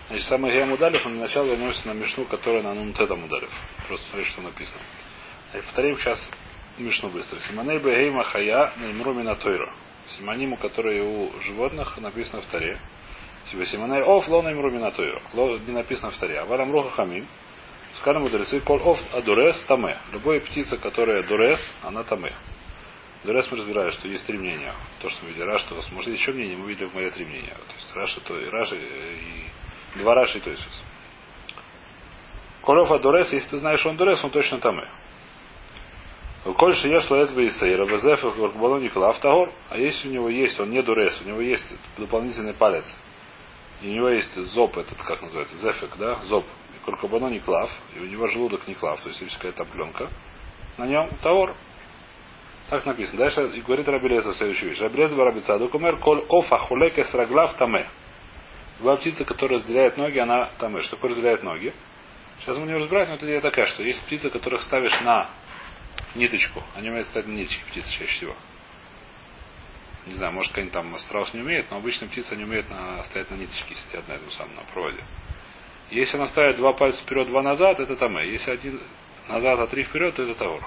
Значит, самый Гея Мудалев, он сначала вернемся на Мишну, которая на Нунтета Мудалев. Просто смотри, что написано. Значит, повторим сейчас Мишну быстро. Симоней Бегейма Хая Неймру Минатойро. Симониму, которые у животных, написано в Таре. Симоней Оф Ло Неймру Минатойро. Не написано в Таре. А Варам Руха Хамим. Скажем, мудрецы, Кол Оф Адурес Таме. Любая птица, которая Дурес, она Таме. Дурес мы разбираем, что есть три мнения. То, что мы видели Раш, что может есть еще мнение, мы видели в море три мнения. То есть Раши, то и Раши, и два Раши, и то есть. Коль Оф Адурес, если ты знаешь, что он Дурес, он точно Таме. Коль Шиеш Лоэц Бейсейра, Везеф Балоник Лавтагор, а если у него есть, он не Дурес, у него есть дополнительный палец, и у него есть зоб, этот, как называется, зефик, да, зоб. Куркабано не клав, и у него желудок не клав, то есть есть какая-то пленка. На нем тавор. Так написано. Дальше и говорит Рабелеза следующую вещь. Рабелеза барабица докумер коль офа хулека сраглав таме. Была птица, которая разделяет ноги, она таме. Что такое разделяет ноги? Сейчас мы не разбираем, но это идея такая, что есть птицы, которых ставишь на ниточку. Они умеют ставить на ниточки, птицы чаще всего. Не знаю, может, какой-нибудь там страус не умеет, но обычно птицы не умеют стоять на ниточке, сидят на этом самом на проводе. Если она ставит два пальца вперед, два назад, это таме. Если один назад, а три вперед, то это тавор.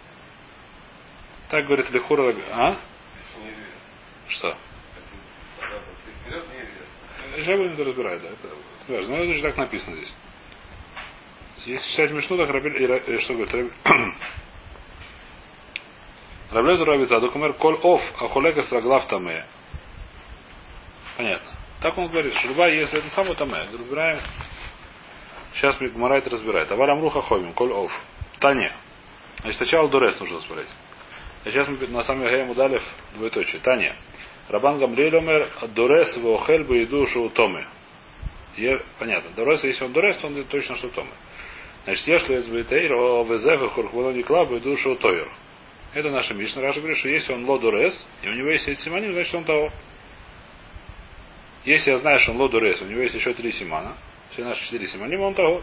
Так говорит Лихура. А? Что? Жабы не разбирает, да. Это важно. Но это же так написано здесь. Если читать Мишну, так что говорит? Раблезу рабица, докумер коль оф, ахулека сраглав таме. Понятно. Так он говорит, что любая, если это самое таме, разбираем. Сейчас Гмара это разбирает. Аварам руха хомим, коль оф. Тане. Значит, сначала Дурес нужно смотреть. А сейчас мы на самом Гея Мудалев двоеточие. Тане. Рабан Гамлиэль омер Дурес вохель бы еду шоутоме. Понятно. Дурес, если он Дурес, то он точно шоутоме. Значит, если это бейтейр, о везеф и хурхвонони клаб еду шоутойр. Это наша Мишна. Раша говорит, что если он ло Дурес, и у него есть эти симоним, значит он того. Если я знаю, что он ло Дурес, у него есть еще три симана, все наши четыре симонима, он того.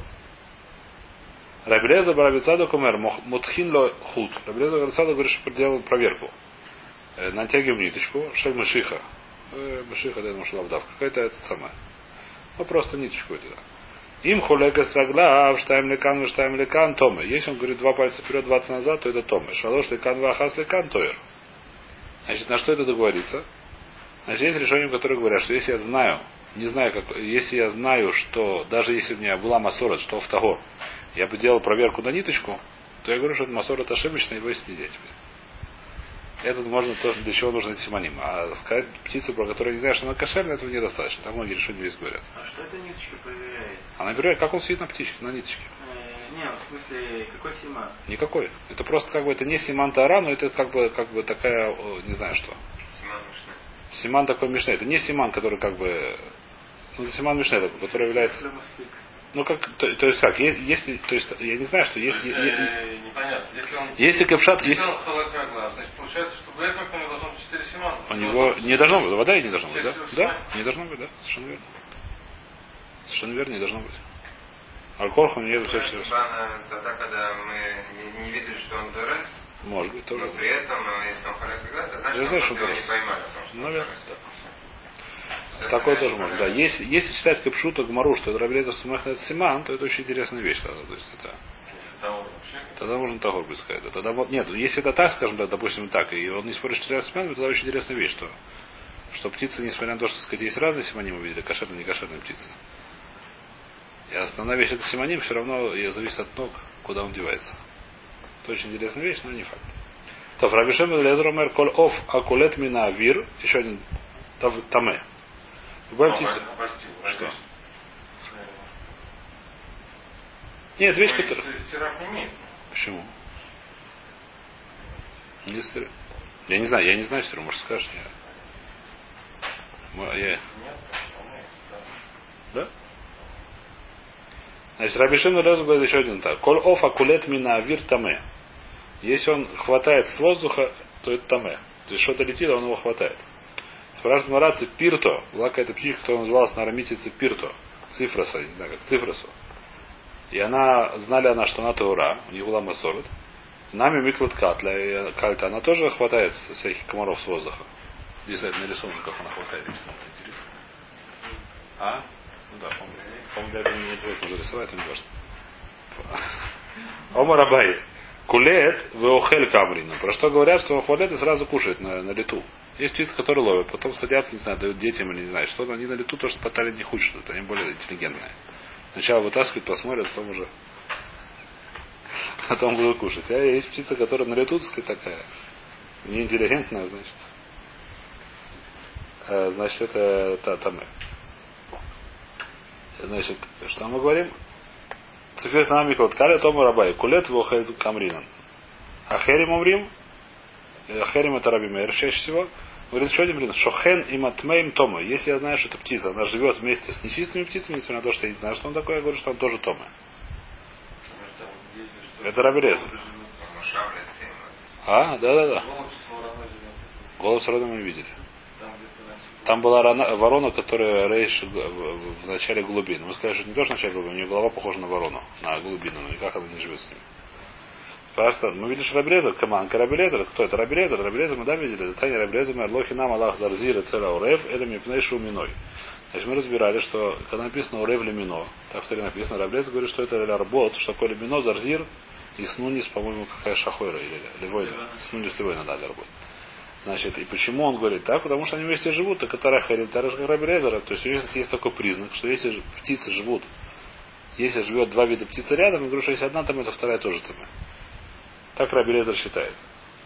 Рабелеза барабицаду кумер мутхин ло худ. Рабелеза барабицаду говорит, что делал проверку. Натягиваем ниточку, шель мышиха. Мышиха, да, думаю, что лавдавка. Какая-то это самая. Ну, просто ниточку это. Им хулека страгла, штаем лекан, томе. Если он говорит два пальца вперед, 20 назад, то это томе. Шалош лекан, вахас лекан, тойр. Значит, на что это договорится? Значит, есть решения, которые говорят, что если я знаю, не знаю, как, если я знаю, что даже если у меня была масорот, что в того, я бы делал проверку на ниточку, то я говорю, что это масорот ошибочная, его есть нельзя теперь. Это можно тоже, для чего нужно симоним. А сказать птицу, про которую я не знаю, что она кошерная, этого недостаточно. Так многие решения весь говорят. А что эта ниточка проверяет? Она проверяет, как он сидит на птичке, на ниточке. Нет, в смысле, какой симан? Никакой. Это просто как бы это не симан Тара, но это как бы такая, не знаю что. Симан Мишне. Симан такой Мишне. Это не симан, который как бы. Ну, это симан Мишне такой, который является. Ну как, то есть как, если, то есть я не знаю, что если. Непонятно. Если капшат, если он холокрагла, значит получается, что для этого у него должно быть 4 симана. У него не должно быть, вода и не должно быть, да? Да, не должно быть, да, совершенно верно. Совершенно верно, не должно быть. Алкорх у нее все. Тогда, когда мы не видели, что он Дурес, может быть, тоже. Но при этом, если он холокрагла, то значит, что его не поймали. Наверное, да. Такое тоже можно, да. Если читать Капшута Гмару, что это Рабелеза Сумахнет Симан, то это очень интересная вещь. То есть это. Тогда можно Тагор быть сказать. Тогда нет, если это так, скажем, да, допустим, так, и он не спорит, что это Симан, тогда очень интересная вещь, что птицы, несмотря на то, что сказать, есть разные симонимы, видели, кошерные, не кошерные птицы. И основная вещь это симоним, все равно зависит от ног, куда он девается. Это очень интересная вещь, но не факт. То Рабишем Лезромер Коль Оф Акулет Мина Авир, еще один Таме. Любая птица. Что? Нет, вещь, которая. Почему? Не стирать. Я не знаю стиру, может скажешь, я. Да? Значит, Рабишин Лезу говорит еще один так. Коль оф акулет мина авир таме. Если он хватает с воздуха, то это таме. То есть что-то летит, а он его хватает. Спрашивает Марат Пирто. Была какая-то птичка, которая называлась на арамите Пирто. Цифроса, не знаю как, Цифросу. И знали она, что она Таура, у нее была Масорот. Нами Миклад Катля, Кальта, она тоже хватает всяких комаров с воздуха. Здесь на рисунке, как она хватает. А? Ну да, по-моему, для этого не обязательно уже рисовать, не важно. Омар Абай. Кулет веохель камрина. Про что говорят, что он хвалит и сразу кушает на лету. Есть птицы, которые ловят, потом садятся, не знаю, дают детям или не знаю, что-то. Они на лету тоже спотали не худшие, что-то, они более интеллигентные. Сначала вытаскивают, посмотрят, потом уже потом будут кушать. А есть птица, которая на лету, так сказать, такая неинтеллигентная, значит, это тамэ. Значит, что мы говорим? Цифер нами кот каля тома рабай. Кулет вохай камринан. Ахерим умрим. Ахерим это раби мейр чаще всего. Говорит, еще один принцип. Шохен и матмеем тома. Если я знаю, что это птица, она живет вместе с нечистыми птицами, несмотря на то, что я не знаю, что он такой, я говорю, что он тоже тома. Это раби Лезер. Да. Голубь с родом мы видели. Там была ворона, которая рейш в начале глубин. Мы сказали, что это не то, что в начале глубин, у нее голова похожа на ворону, на глубину, но никак она не живет с ними. Просто мы видели, что Рабелезер, Каманка Рабелезер, кто это Рабелезер? Рабелезер мы да видели, это Таня Рабелезер, Мерлохи нам Аллах Зарзир и Цера Урев, это Мипней Шуминой. Значит, мы разбирали, что когда написано Урев Лемино, так в Таре написано, Рабелезер говорит, что это Ларбот, что такое Лемино, Зарзир и Снунис, по-моему, какая Шахойра или Левойна. Снунис Левойна надо работать. Значит, и почему он говорит так? Потому что они вместе живут, так это Рахарим, Рабелезера. То есть есть такой признак, что если птицы живут, если живет два вида птицы рядом, я говорю, что если одна там, то вторая тоже там. Так Рабелезер считает.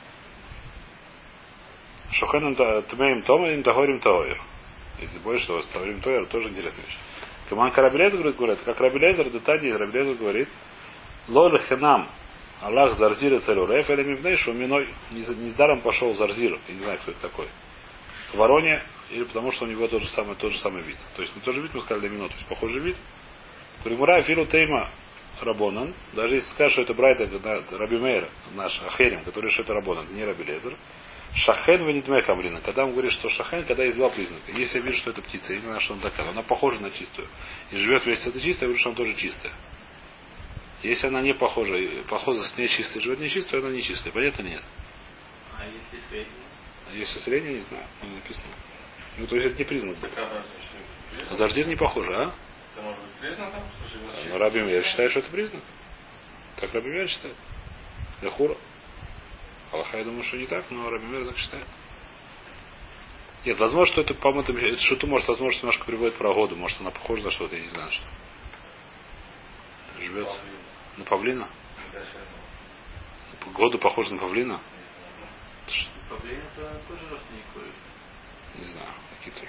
Шохеном тмеем тома им тагорим таоир. Если больше, что таорим таоир, тоже интересная вещь. Каманка Рабелезер говорит, как Рабелезер, Детади, Рабелезер говорит, лоль хенам Аллах Зарзир и Целюреф, или Мивней, Шуминой, недаром пошел Зарзир, я не знаю, кто это такой, к вороне, или потому что у него тот же самый вид. То есть, тот же вид, мы сказали, Лемино, то есть, похожий вид. Куримура Филу Тейма Рабонан, даже если скажешь, что это Брайта, Раби Мейр, наш Ахерим, который что это Рабонан, это не Раби Лезер. Шахен венитме камрина. Когда он говорит, что шахен, когда есть два признака. Если я вижу, что это птица, я не знаю, что она такая, она похожа на чистую. И живет вместе с этой чистой, я говорю, что она тоже чистая. Если она не похожа с нечистой, живет нечистой, она нечистая. Понятно или нет? А если средняя? А если средняя, не знаю, не написано. Ну, то есть это не признак. Зарзир не похоже, а? Это может быть признаком, что живет чисто? Но Раби Мейр считает, что это признак. Так Раби Мейр считает. Лехура. Аллаха, я думаю, что не так, но Раби Мейр так считает. Нет, возможно, что это, по-моему, это шуту, может, возможно, немножко приводит про году. Может, она похожа на что-то, я не знаю, что. Живет. На павлина? Году похож на павлина? Павлин это тоже родственник курицы. Не знаю, какие-то.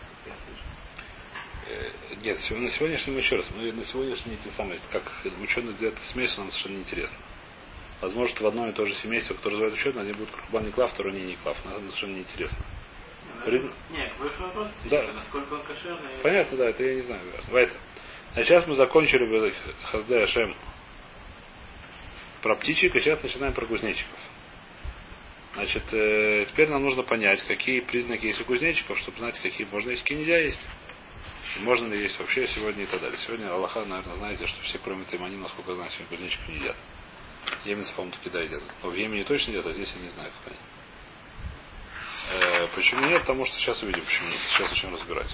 Нет, на сегодняшнем еще раз, на сегодняшнем те самые, как ученые делают смесь, нам совершенно неинтересно. Возможно, что в одном и то же семейство, которое называют ученым, они будут Курбан не клав, второй не клав. Нам совершенно неинтересно. Нет, большой вопрос, да. насколько он кошерный. Понятно, да, это я не знаю. Давайте. А сейчас мы закончили Хазде Ашем про птичек, и сейчас начинаем про кузнечиков. Значит, теперь нам нужно понять, какие признаки есть у кузнечиков, чтобы знать, какие можно есть, какие нельзя есть. И можно ли есть вообще сегодня и так далее. Сегодня Аллаха, наверное, знаете, что все, кроме Таймани, насколько я знаю, сегодня кузнечиков не едят. Йеменцы, по-моему, таки да едят. Но в Йемене точно едят, а здесь я не знаю, как они. Почему нет? Потому что сейчас увидим, почему нет. Сейчас начнем разбирать.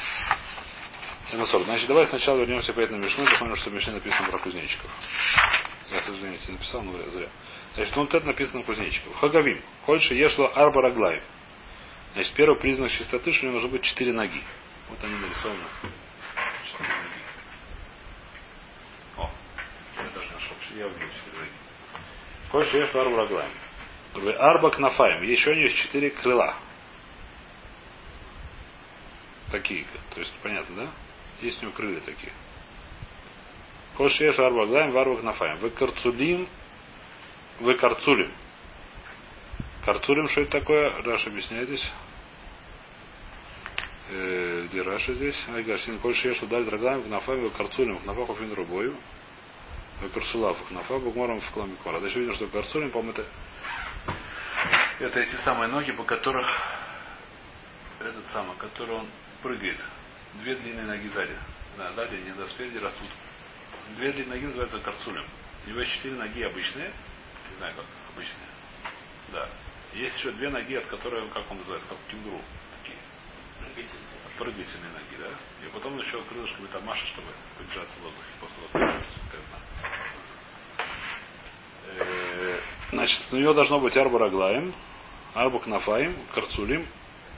Значит, давай сначала вернемся опять на Мишну и посмотрим, что в Мишне написано про кузнечиков. Я, к сожалению, не написал, но зря. Значит, вот это написано кузнечиков. Хагавим. Хольше ешло арба раглаем. Значит, первый признак чистоты, что у него должно быть 4 ноги. Вот они нарисованы. 4 ноги. О, я даже нашел. Я увидел 4 ноги. Хольше ешло арба раглаем. Арба кнафаем. Еще у него есть 4 крыла. Такие. То есть, понятно, да? Есть у него крылья такие. Кошеш арба глаем, варвак нафаем. Вы карцулим. Вы карцулим. Карцулим, что это такое? Раша объясняет здесь. Где Раша здесь? Айгарсин кошеш удаль драгаем, в нафаем, вы карцулим, в нафаху фин рубою. Вы карцулав, в нафаху гмором в кламе кора. Дальше видно, что карцулим, по-моему, это эти самые ноги, по которых который он прыгает. 2 длинные ноги сзади. Да, сзади, не до спереди растут. 2 длинные ноги называются карцулем. У него есть 4 ноги обычные. Не знаю, как обычные. Да. Есть еще 2 ноги, от которых, как он называется, как кенгуру. Такие. прыгательные ноги, да? И потом еще крылышками там машет, чтобы подержаться в воздухе после того, значит, у нее должно быть арба раглаем, арба кнафаим, карцулим.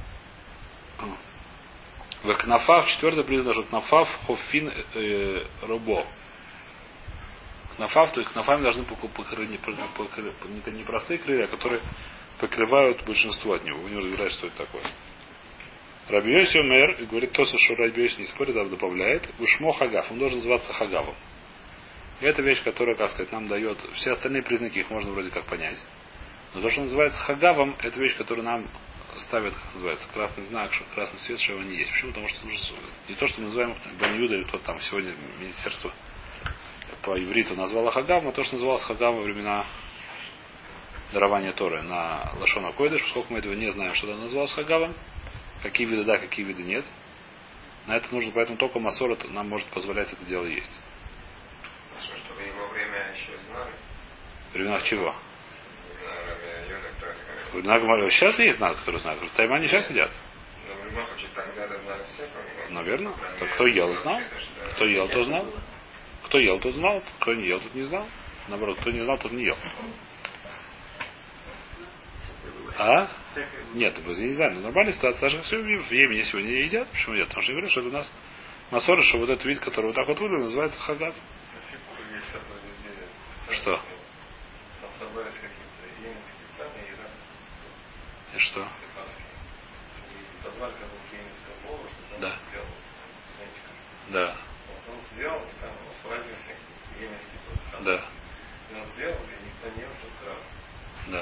В кнафав, четвертый признак, что кнафав хофин робо. Кнафав, то есть кнафаим должны покрыть не простые крылья, а которые покрывают большинство от него. Вы не разбираете, что это такое. Раби Йоси Омер, и говорит то, что Раби Йоси не спорит, а добавляет, Ушмо Хагав, он должен называться Хагавом. И это вещь, которая, как сказать, нам дает, все остальные признаки их можно вроде как понять. Но то, что называется Хагавом, это вещь, которая нам ставит, как называется, красный знак, красный свет, что его не есть. Почему? Потому что не то, что мы называем Бан-Юда, или кто там сегодня министерство по ивриту назвало Хагавом, а то, что называлось Хагавом во времена дарования Торы на Лашона Койдыш, поскольку мы этого не знаем, что это называлось Хагавом, какие виды да, какие виды нет. На это нужно, поэтому только Масорот нам может позволять это дело есть. Чтобы его время еще знали. В временах чего? Сейчас есть знак, который знает. В Таймане сейчас сидят. Но в любом случае тогда знали все, наверное. Так кто ел, знал. Кто ел, то знал. Кто ел, тот знал. Кто не ел, тот не знал. Наоборот, кто не знал, тот не ел. А? Нет, я не знаю. Но нормальная ситуация. Даже все в Йемене сегодня едят. Почему едят? Потому что говорят, что это у нас Масора, что вот этот вид, который вот так вот выглядит, называется Хагав. Что? И что? Да. Да. Он сделал, и там свадился еменский тот. Да. И он сделал, и никто не ел тот краб. Да.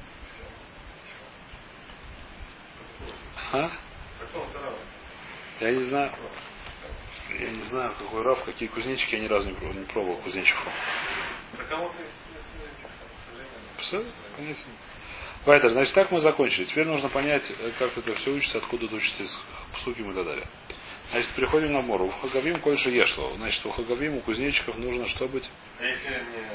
Все. А? Какого трава? Я не знаю. Я не знаю, какой рав, какие кузнечики, я ни разу не пробовал кузнечиков. Да кого-то из этих Все? Понятно. Вайтер, значит, так мы закончили. Теперь нужно понять, как это все учится, откуда это учится из псуким и так далее. Значит, приходим на мору. В Хагавим кольше ешло. Значит, у Хагавим, у кузнечиков нужно что быть? А если не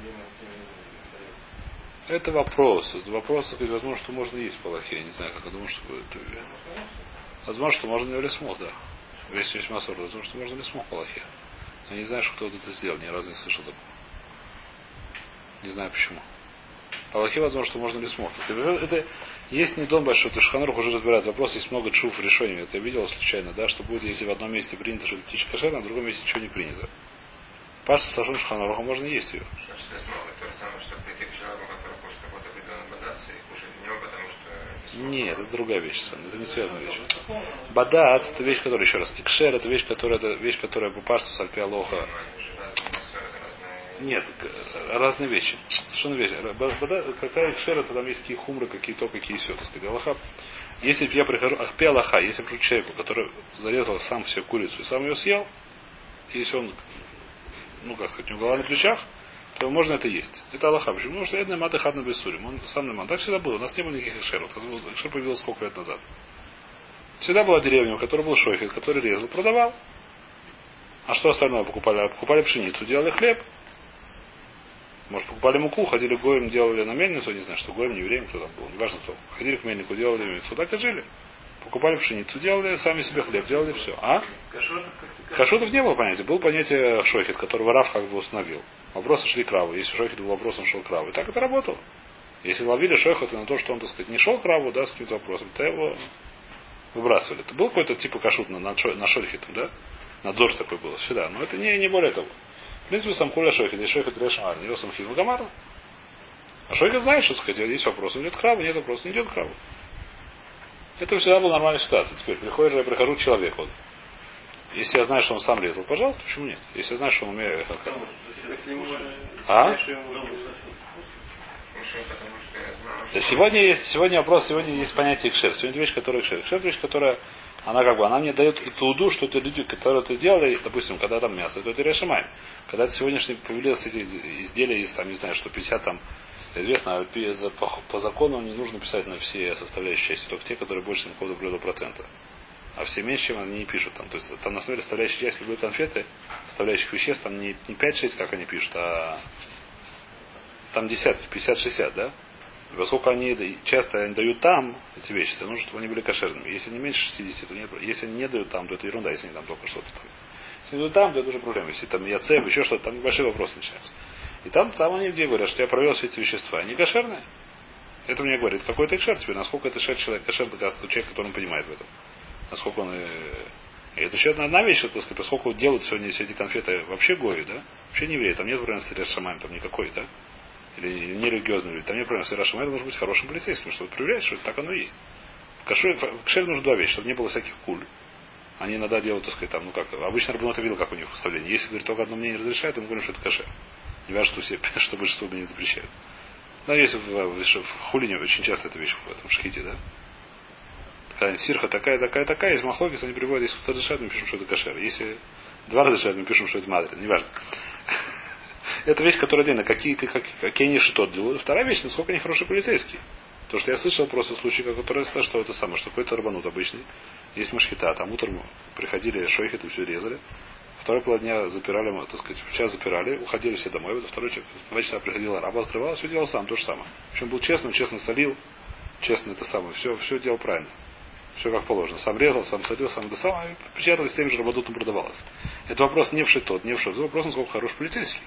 это вопрос. Это вопрос, возможно, что можно есть по Аллахе. Я не знаю, как я думаю, что это... Возможно, что можно ли смог, да. Весь есть масор. Возможно, что можно ли смог по Аллахе. Но не знаю, что кто-то это сделал. Ни разу не слышал такого. Не знаю почему. По Аллахе, возможно, что можно ли смог. Это есть не дом большой, то Шханрух уже разбирает вопрос, есть много чув решений. Это я видел случайно, да, что будет, если в одном месте принято, что птичка кошерная, а в другом месте ничего не принято. Пашту Сашон Шханруха можно есть ее. То же самое, что прийти к человеку, который хочет какой-то определенный бадаться и кушать в него, потому что... Нет, это другая вещь, это не связанная вещь. Бадат это вещь, которая, еще раз, икшер это вещь, которая по пашту сальпия лоха. Нет, разные вещи. Совершенно вещи. Какая икшера, то там есть какие хумры, какие то, какие все, так сказать. Аллаха. Если я прихожу, ахпи Аллаха, если я прихожу к человеку, который зарезал сам себе курицу и сам ее съел, если он, как сказать, у него голова на плечах, то можно это есть. Это Аллаха. Почему? Потому что это мат и хадна бессурим. Он сам наман. Так всегда было. У нас не было никаких икшеров. Икшер появился сколько лет назад. Всегда была деревня, у которой был шойхет, который резал, продавал. А что остальное покупали? Покупали пшеницу, делали хлеб. Может, покупали муку, ходили к гоем, делали на мельницу, не знаю, что гоем, не евреем, кто там был, неважно кто. Ходили к мельнику, делали мельницу, так и жили. Покупали пшеницу, делали сами себе хлеб, делали все. А? Кашрутов не было понятия. Было понятие шохет, которого Рав как бы установил. Вопросы шли к Раву. Если шохет был вопрос, он шел к Раву. И так это работало. Если ловили шохета на то, что он, так сказать, не шел к Раву, да, с каким-то вопросом, то его выбрасывали. Это был какой-то типа кашут на шохетом, да? Надзор такой был. Всегда. Но это не более того. В принципе, сам куля шойхет, есть шойхет решамар, не росом хим гамарна. А шойхет знает, что сказать, есть вопрос, он идет к Раву, нет вопроса, не идет к Раву. Это всегда была нормальная ситуация. Теперь я прихожу к человеку. Если я знаю, что он сам резал, пожалуйста, почему нет? Если я знаю, что он умеет... А? Да сегодня вопрос, сегодня есть понятие кшер. Сегодня вещь, которая кшер. Кшер вещь, которая она мне дает и тууду, что это люди, которые это делали, допустим, когда там мясо, то это решимаем. Когда сегодняшние появились эти изделия из, там, не знаю, что 50 там, известно, по закону не нужно писать на все составляющие части, только те, которые больше какого-то процента. А все меньше, чем они не пишут. Там, то есть там на самом деле составляющая часть любой конфеты, составляющих веществ, там не 5-6, как они пишут, а там десятки, 50-60, да? И поскольку они часто они дают там эти вещи, то нужно, чтобы они были кошерными. Если они меньше 60, то нет. Если они не дают там, то это ерунда, если они там только что-то. Если они дают там, то это уже проблема. Если там яцеб, еще что-то, там большие вопросы начинаются. И там они где говорят, что я провел все эти вещества. Они кошерные. Это мне говорит какой-то экшер теперь. Насколько это человек кошер, человек, который понимает в этом. Насколько он... это еще одна вещь, что, так сказать, поскольку делают сегодня все эти конфеты вообще гои, да? Вообще не евреи. Там нет проблем с Реш Шамаем, там никакой, да? Или нерелигиозный люди. Там нет проблем с Реш Шамаем, это может быть хорошим полицейским, чтобы проверять, что так оно и есть. В кошере нужно два вещи, чтобы не было всяких куль. Они иногда делают, так сказать, там, ну как, обычно Рабанот видел, как у них выставление. Если, говорит, только одно мнение разрешает, то мы говорим, что это кошер. Не важно, что все, что большинство не запрещают. Но если в хулине очень часто эта вещь в этом шхите, да? Такая сирха такая, из махлокис они приводят, если кто-то разрешает, мы пишем, что это кошер. Если два разрешают, мы пишем, что это мадрин. Неважно. Это вещь, которая отдельно, какие они шитот делают. Вторая вещь, насколько они хорошие полицейские. То, что я слышал просто случай, который сказал, что это самое, что какой-то рабанут обычный. Есть машхита, там утром приходили шойхет и все резали. Второй полдня запирали, так сказать, в час запирали, уходили все домой. Вот второй человек, в 2 часа приходил раб, открывал, все делал сам, то же самое. В общем, был честным, честно солил, честно это самое, все делал правильно. Все как положено. Сам резал, сам садил, сам это самое. Печатали с тем же рабанутом продавалось. Это вопрос не в шитот, не в шот. Это вопрос, насколько хороший полицейский.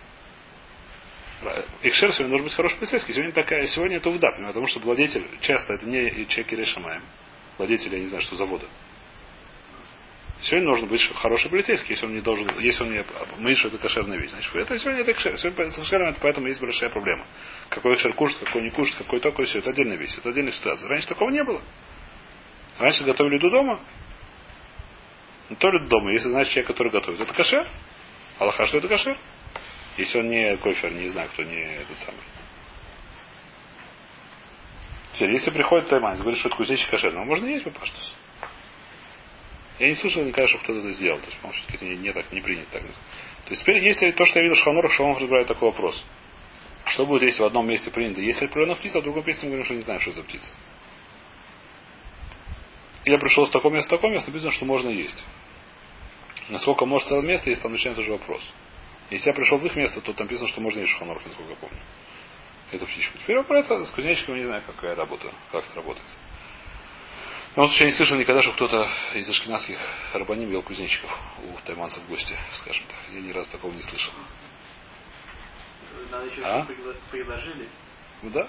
Экшер сегодня должен быть хороший полицейский. Сегодня это уда, потому что владетель, часто это не человек или шамаем. Владетель, я не знаю, что завода. Сегодня должен быть хороший полицейский, если он не должен, если он не мыслит, что это кошерная вещь. Значит, это сегодня это экшер. Сегодня это кошерно, поэтому есть большая проблема. Какой экшер кушает, какой не кушает, какой такой, все. Это отдельная вещь, это отдельная ситуация. Раньше такого не было. Раньше готовили до дома. Ну, то ли дома, если знаешь человек, который готовит. Это кошер? Аллаха, что это кошер? Если он не кофер, не знаю, кто не этот самый. Теперь, если приходит тайманец, говорит, что это кузнечик кошер, ну можно есть папаштус. Я не слышал никогда, что кто-то это сделал. То есть, потому что это не принято так. То есть теперь есть то, что я видел в Шханорах, что он разбирает такой вопрос. Что будет, если в одном месте принято? Если определенная птица, а в другом месте мы говорим, что не знаем, что это за птица. Я пришел с такого места, написано, что можно есть. Насколько может целое место, если там начинается уже вопрос. Если я пришел в их место, то там написано, что можно есть шханорх, насколько я помню. Эту птичку. Теперь вопрос с кузнечиками, не знаю, какая работа, как это работает. Но вот я не слышал никогда, что кто-то из ашкеназских рабаним ел кузнечиков у тайманцев в гости, скажем так. Я ни разу такого не слышал. Надо еще предложили. Да?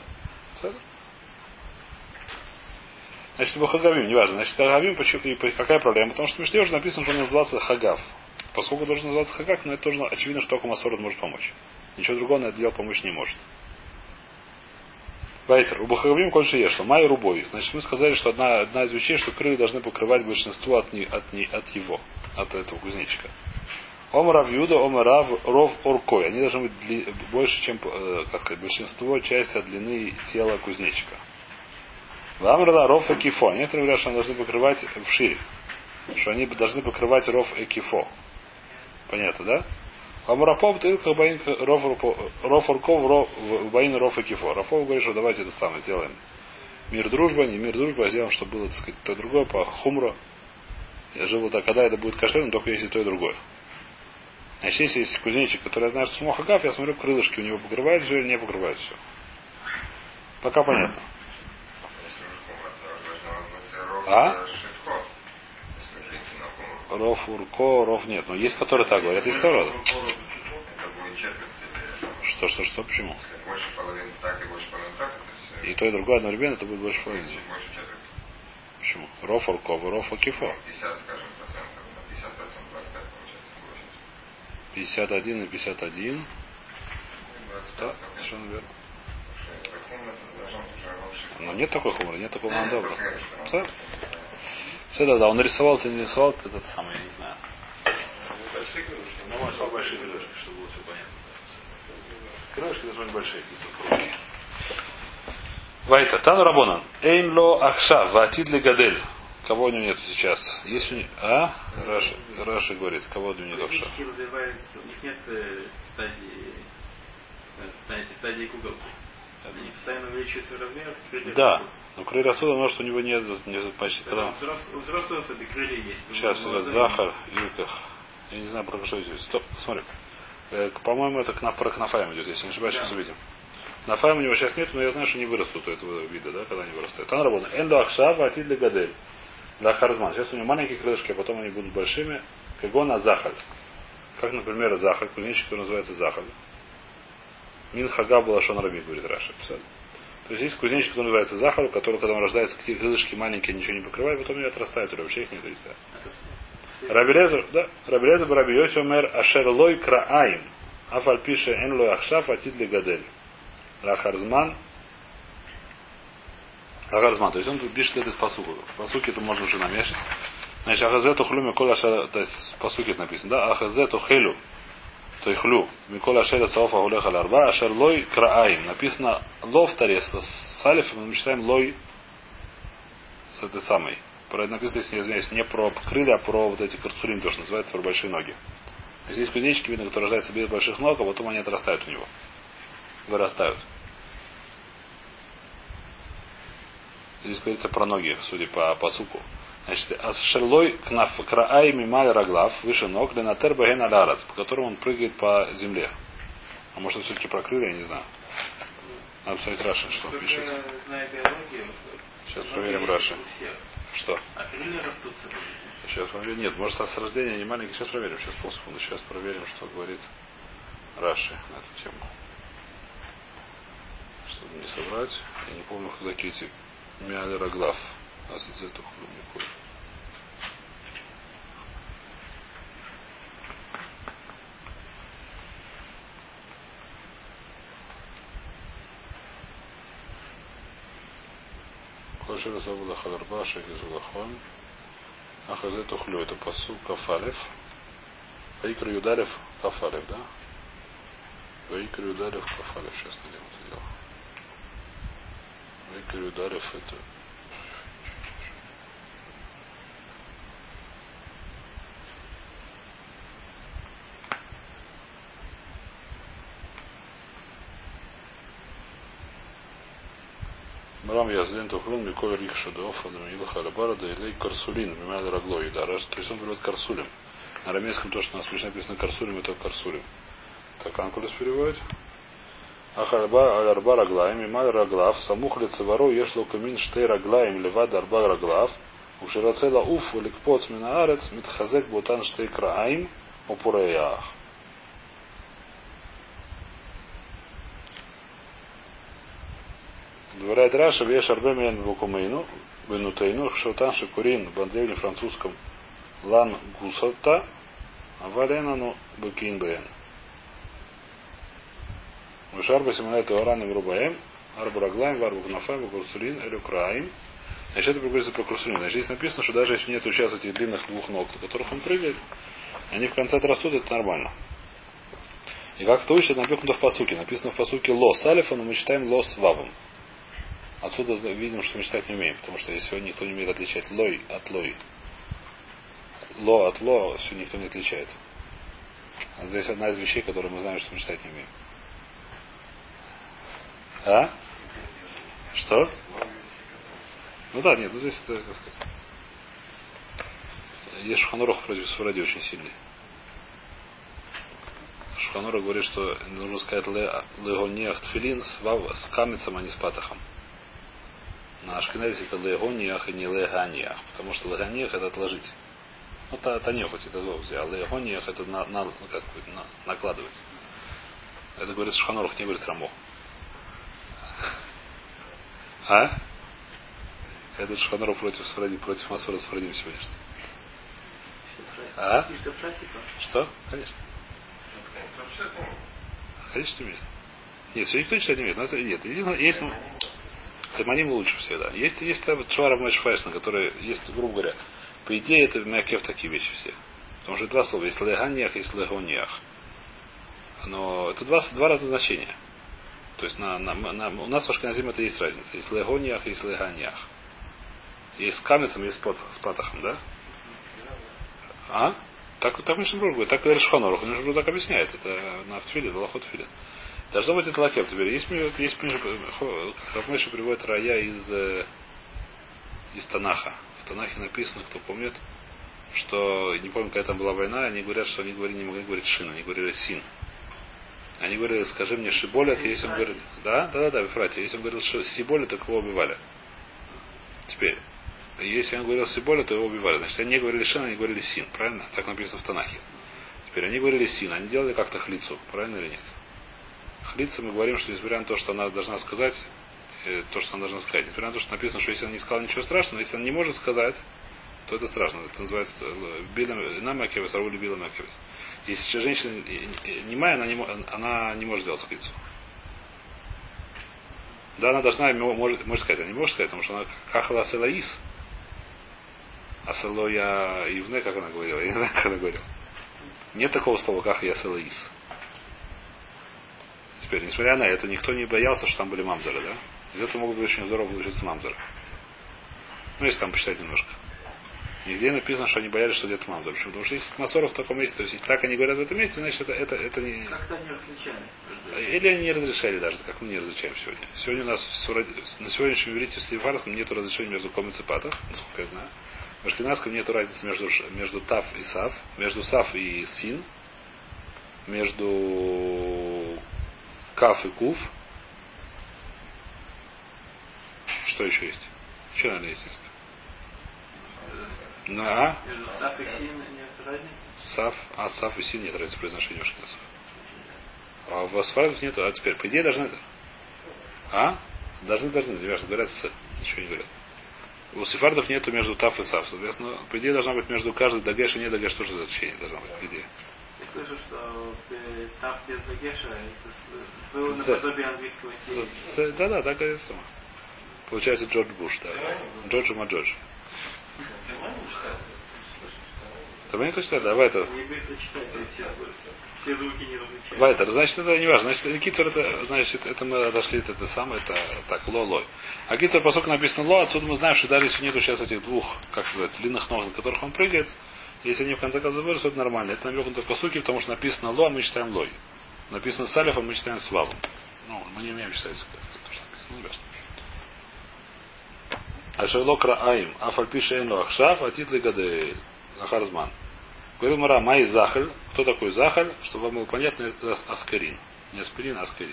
Значит, его хагавим, неважно. Значит, хагавим, какая проблема? Потому что в Мишне уже написано, что он назывался хагав. Поскольку должен называться хагав, но это тоже очевидно, что только Масорот может помочь. Ничего другого на это дело помочь не может. Вайтер. У Бахагавим кольше ешло. Май рубой. Значит, мы сказали, что одна из вещей, что крылья должны покрывать большинство от этого кузнечика. Омрав Юда, омрав ров оркой. Они должны быть больше, чем, как сказать, большинство части от длины тела кузнечика. Ламрада ров экифо. Некоторые говорят, что они должны покрывать вширь. Что они должны покрывать ров экифо. Понятно, да? Амурапов тылка ров орков баин ров экифо. Рафов говорит, что давайте это самое сделаем. Мир дружба, не мир дружба, а сделаем, чтобы было, так сказать, то другое по хумру. Я живу так, когда это будет кошерно, только если то и другое. Значит, если есть кузнечик, который я знаю, что смохагав, я смотрю, крылышки у него покрывают все или не покрывают все. Пока понятно. А? Ров, урко, ров нет. Но есть, которые так говорят, есть второй. Что, почему? Больше половины так и больше половины так. И то, и другое одновременно, это будет больше половины. Почему? Ров, урко, ров, акифо. 50, скажем, процентов. 50%, 25 получается. 51 и 51. Да, совершенно верно. Но нет такой хумры, нет такого мандобра. Все, да, он нарисовал, ты не нарисовал, ты этот самый, я не знаю. Большие крылышки, но он нарисовал большие крылышки, чтобы было все понятно. Крылышки должны быть большие, Вайтер, Тану Рабонан. Эйн ло ахшав, ватид ли гадель. Кого у него нету сейчас? Есть у него... А? Раши говорит, кого у него нет ахшав? У них нет стадии куколки. Они постоянно увеличиваются в размерах. Да. Но крылья отсюда, может, у него нет почти когда. У взрослого крылья есть. Сейчас, Захар, Юрках. Я не знаю, про что здесь. Стоп, смотри. По-моему, это про Кнафаем идет, если не ошибаюсь, сейчас увидим. На файм у него сейчас нет, но я знаю, что не вырастут у этого вида, да, когда они вырастают. Там работает. Энду ахшава атид для гадель. Для харзман. Сейчас у него маленькие крылышки, а потом они будут большими. Кагона захаль. Как, например, захаль. Кузнечик, который называется захаль. Мин хага была шон раби, говорит Раша. То есть есть кузнечик, который называется захаль, который, когда он рождается, какие крылышки маленькие, ничего не покрывает, потом они отрастают, или вообще их нет. Рабилезер, да. Рабилезер Раби Йоси омер ашер лой крааим. Афаль пише эн лой ахшав атид ли гадель. Лахарзман. Лахарзман. То есть он пишет это из посука. В посуке это можно уже намешать. Значит, ахазету хлю микола шара. То есть в посуке это написано, да? Ахазету хелю. То есть хлю. Микола шара цаофа гулеха ларба. Ашер лой крааим. Написано ло в таре. С алифом мы читаем лой с этой самой. Написано, если не извиняюсь, не про крылья, а про вот эти карцулин, то, что называется, про большие ноги. Здесь кузнечики, видно, которые рождаются без больших ног, а потом они отрастают у него. Вырастают. Здесь говорится про ноги, судя по суку. Значит, ашерлой краай мималь раглав, выше ног, ленатер баген алярец, по которому он прыгает по земле. А может, это все-таки про крылья, я не знаю. Надо посмотреть Раши, что пишет. Сейчас проверим Раши. Что? А крылья растут с собой? Сейчас проверим. Нет, может с рождения не маленький. Сейчас проверим. Сейчас полсекунды. Сейчас проверим, что говорит Раши на эту тему. Чтобы не собрать. Я не помню, кто такие эти Миали Раглав. Асадзету Хлумникуй. Кошера Сабуда Халарбаша Гизулахон. Ахазету Хлю. Это посук Кафалев. Ваикру Юдарев Кафалев, да? Ваикру Юдарев Кафалев. Сейчас найдем это дело. Ваикру Юдарев это... Мрам Язден Тухлун Миколь Рикша Деофа Дамиила Халабара да Илей Карсулин Мималь Рагло и Дараш. То есть он говорит Карсулим. На арамейском то, что у нас написано Карсулим, это Карсулим. Так Анкулес переводит. Ахальба Раглаем Мималь Раглав Самух Лицеваро Ешло Камин Штей Раглаем Левад Арба Раглав Уширацела Уф Ликпоц Минаарец Митхазек Бутан Штей Крааим Упуреях. Говорит Раша, веш арбемен вукумейну, бенутейну, шотан шикурин, в древнем французском лан гусата, а валенану бекин бен. Вешарба симонет оран и врубаем, арбараглаем, варбукнафаем, курсулин, элюкраим. Значит, это говорится про курсулин. Значит, здесь написано, что даже если нет сейчас этих длинных двух ног, на которых он прыгает, они в конце отрастут, это нормально. И как то учат, написано в посуке. Написано в посуке ло с алифом, но мы читаем ло с вавом. Отсюда видим, что мы читать не умеем, потому что если никто не умеет отличать лой от лой, ло от ло, все никто не отличает. А здесь одна из вещей, которые мы знаем, что мы читать не умеем. А? Что? Ну да, нет, ну здесь это, как сказать. Есть Шуханорох против Суради очень сильный. Шуханорох говорит, что нужно сказать легониях тфилин с камецом, а не с патахом. На ашкеназе это легониях и не леганиях, потому что леганиях это отложить. Ну, танех хоть это звук взял, а легониях это накладывать. Это говорит Шуханорох, не говорит Рамо. А? Это Шуханорох против Суради, против Масура с Сурадим сегодняшний. А? Что? Конечно. Конечно, имеет. Нет, все никто читать не умеет. Нет, есть Тайманим лучше всегда. Есть Швара Мэшфайшна, которые есть, грубо говоря, по идее это Мякев такие вещи все. Потому что два слова. Есть леганиях, есть легониях. Но это два разных значения. То есть у нас в Ашкеназим это есть разница. Есть легониях, есть леганиях. Есть с камецом, есть с патахом, да? А? Так Мишнабрур говорит, так говорит Шханорох. Мишнабрур так объясняет. Это на Тфилин, Балахот Тфилин. Должно быть это лакев теперь. Есть Равмеша приводит рая из Танаха. В Танахе написано, кто помнит, что, не помню, какая там была война, они говорят, что они не могли говорить шин, они говорили син. Они говорили, скажи мне шиболет, если он говорит, да, в Ефрате, если он говорил сиболет, то его убивали. Теперь, если он говорил сиболет, то его убивали. Значит, они не говорили шин, они говорили син, правильно? Так написано в Танахе. Теперь они говорили син, они делали как-то хлицу, правильно или нет? Хлица мы говорим, что несмотря на то, что она должна сказать, то, что она должна сказать. Несмотря на то, что написано, что если она не сказала ничего страшного, если она не может сказать, то это страшно. Это называется намакевес, раули била макевес. Если женщина немая, она не может делать хлицу. Да, она должна, может сказать, она не может сказать, потому что она кахала селаис. А село я ивне, как она говорила, я не знаю, как она говорила. Нет такого слова, как я селаис. Теперь, несмотря на это, никто не боялся, что там были мамзеры, да? Из этого могут быть очень здорово получиться мамзеры. Ну, если там почитать немножко. Нигде написано, что они боялись, что где-то мамзер. Почему? Потому что если на 40 в таком месте, то есть если так они говорят в этом месте, значит это не... Как-то они различали. Или они не разрешали даже, как мы не различаем сегодня. Сегодня у нас на сегодняшнем иврите в сефарском нет разрешения между комец и патах, насколько я знаю. В ашкеназском нет разницы между тав и сав, между сав и син, между каф и кув. Что еще есть? Еще, наверное, есть несколько. На Между саф и син нет разницы? Саф и син нет разницы в произношении ашкеназов. А в асфальтов нету. А теперь, по идее, должны... Должны, неважно, говорят с... Ничего не говорят. У сефардов нету между таф и саф. Соответственно, по идее, должна быть между каждой дагеш и не дагеш тоже за течение должна быть, по идее. Я слышу, что таф без дагеша это было наподобие английского син. Да, так и само. Получается Джордж Буш, да. Джордж Маджордж. Там не то читать, давай это. Не быстро читать, все звуки не различают. Вайтер, значит, это не важно. Значит, китер это, значит, это мы отошли, это самое, это так, ло-лой. А китер, поскольку написано ло, отсюда мы знаем, что даже если нету сейчас этих двух, как называется, длинных ног, на которых он прыгает, если они в конце концов вырастут, это нормально. Это намекнуто по сути, потому что написано ло, а мы читаем лой. Написано с алифом, мы читаем с вавом. Ну, мы не умеем читать, как то, что написано, не важно. Ашерлокра аим, афальпиша эйну ахшав, атитли гадеэль. Ахарзман. Говорил Мара, май захаль. Кто такой захаль? Чтобы вам было понятно, это аскарин. Не аспирин, а аскарин.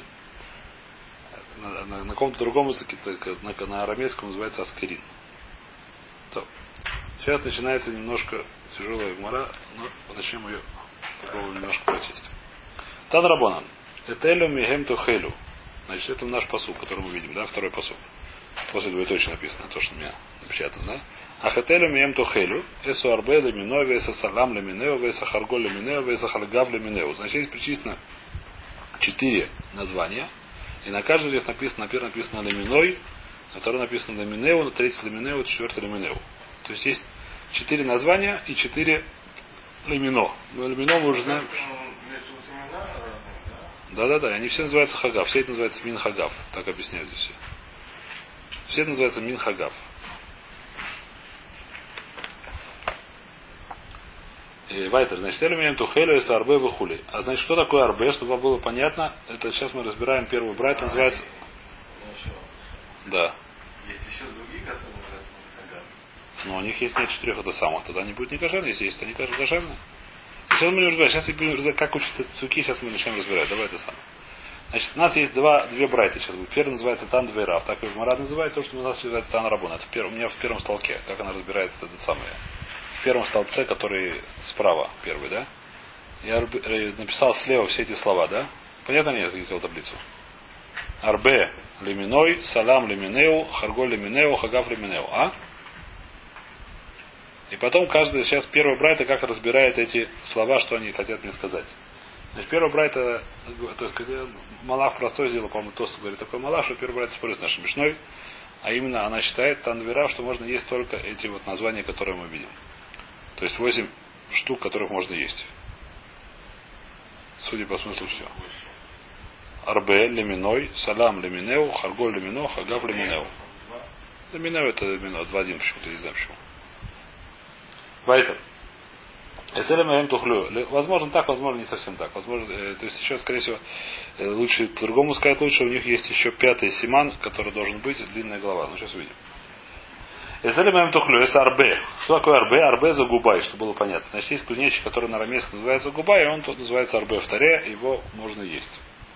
На каком-то другом языке, на арамейском называется аскарин. То. Сейчас начинается немножко тяжелая гмара, но начнем ее попробуем немножко прочесть. Тан Рабонан. Этелю мигем тухелю. Значит, это наш посук, который мы видим, да, второй посук. После двоеточия написано, то, что у меня напечатано, да? Ахателю мием тухелю, эсу арбе лемино, веса салам леминео, веса харго леминео, веса хальгав леминео. Значит, здесь причислено 4 названия. И на каждом здесь написано, на первом написано леминой, на втором написано леминео, на третьем леминео, четвертый леминео. То есть есть 4 названия и 4 лемино. Лемино мы уже знаем. Да. И они все называются хагав. Все это называется мин хагав. Так объясняют здесь все. Все это называется мин хагав. Вайтер, значит, элемент тухелю и арбе вихули. А значит, что такое арбе, чтобы вам было понятно, это сейчас мы разбираем первый брайт, называется. Да. Есть еще другие, которые называются хагав. Но у них есть нет 4 это самых, тогда они будут не кошерные, если есть, то они кошерные. Сейчас мы не разбираем, сейчас я буду разбирать, как учатся цуки, сейчас мы начнем разбирать. Давай это самое. Значит, у нас есть две брайты сейчас будет. Первый называется Тан Двейрав. Так как Марад называет то, что у нас называется Тан Рабон. Это у меня в первом столке. Как она разбирает это самое. В первом столбце, который справа, первый, да? Я написал слева все эти слова, да? Понятно ли, я сделал таблицу? Арбе леминой, салам леминеу, харго леминеу, хагав леминеу. А? И потом каждый сейчас первый брайта как разбирает эти слова, что они хотят мне сказать. Значит, первый брайта, то есть, Малах простой сделал, по-моему, Тос говорит такой Малах, что первый брайт спорит с нашей Мишной, а именно она считает Танвира, что можно есть только эти вот названия, которые мы видим. То есть 8 штук, которых можно есть. Судя по смыслу все. Арбе, леминой, салам, леминеу, харго, лемино, хагав, леминеу. Леминеу это лемино, 2-1 почему-то, не знаю почему. Вайтер. Возможно так, возможно не совсем так. Возможно, то есть еще, скорее всего, лучше по-другому сказать лучше. У них есть еще 5-й симан, который должен быть длинная голова. Ну, сейчас увидим. Это арбе. Что такое арбе? Арбе за губай, чтобы было понятно. Значит, есть кузнечик, который на арамейском называется губай, и он тут называется арбе в таре, его можно есть.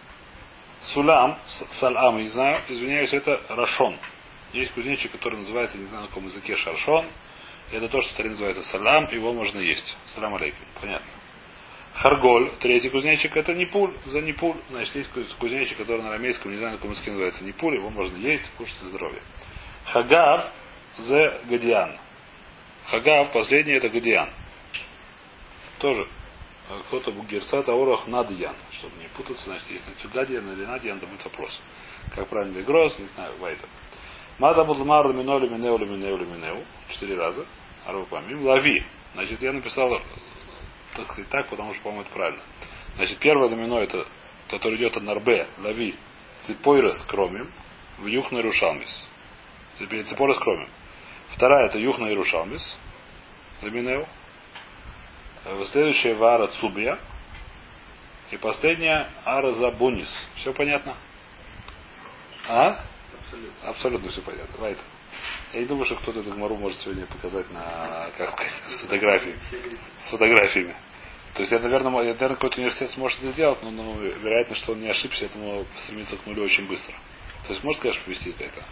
Сулам, салам, не знаю, извиняюсь, это рашон. Есть кузнечик, который называется, не знаю на каком языке, шаршон. Это то, что в Таре называется салам, его можно есть. Салам алейкум. Понятно. Харголь, третий кузнечик, это нипуль, за нипуль. Значит, есть кузнечик, который на арамейском, не знаю на каком языке называется нипуль, его можно есть, кушать здоровье. Хагав, за гадиан. Хагав, последний, это гадиан. Тоже. Кто-то герцат аурах надьян. Чтобы не путаться, значит, если гадиан или надьян, то будет вопрос. Как правильно игрос, не знаю, вайта. Мата будлмар лумино луминеу луминеу луминеу. 4 раза. Арвапамим. Лави. Значит, я написал, так сказать, так, потому что, по-моему, это правильно. Значит, первое лумино, это, который идет от нарбе, лави, ципойрес кромим, в юхна ирушалмис. Ципойрес кромим. Вторая, это юхна ирушалмис, луминеу. Следующая вара цубия. И последняя ара забунис. Все понятно? А? Абсолютно. Абсолютно все понятно. Давай это. Я не думаю, что кто-то эту гмару может сегодня показать на, как сказать, с фотографиями. С фотографиями. То есть, наверное, какой-то университет сможет это сделать, но вероятно, что он не ошибся, этому стремится к нулю очень быстро. То есть, может, конечно, повести это.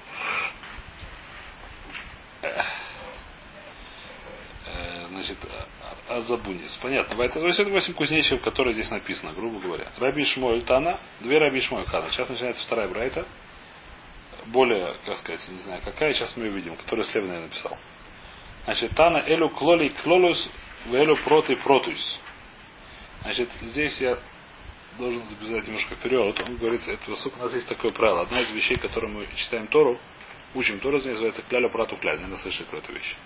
Значит, Азабунис. Понятно. То есть это 8 кузнечиков, которые здесь написано, грубо говоря. Раби Шмуэль Тана, 2 Раби Шмуэль Тана. Сейчас начинается вторая брайта. Более, как сказать, не знаю какая, сейчас мы ее видим, которую слева я написал. Значит, Тана Элю Клоли Клолус в Элю Проты Протуис. Значит, здесь я должен забежать немножко вперед. Он говорит, это у нас есть такое правило. Одна из вещей, которую мы читаем Тору, учим Тору, называется Кляля Прату Кляль. Наверное, слышали про эту вещь.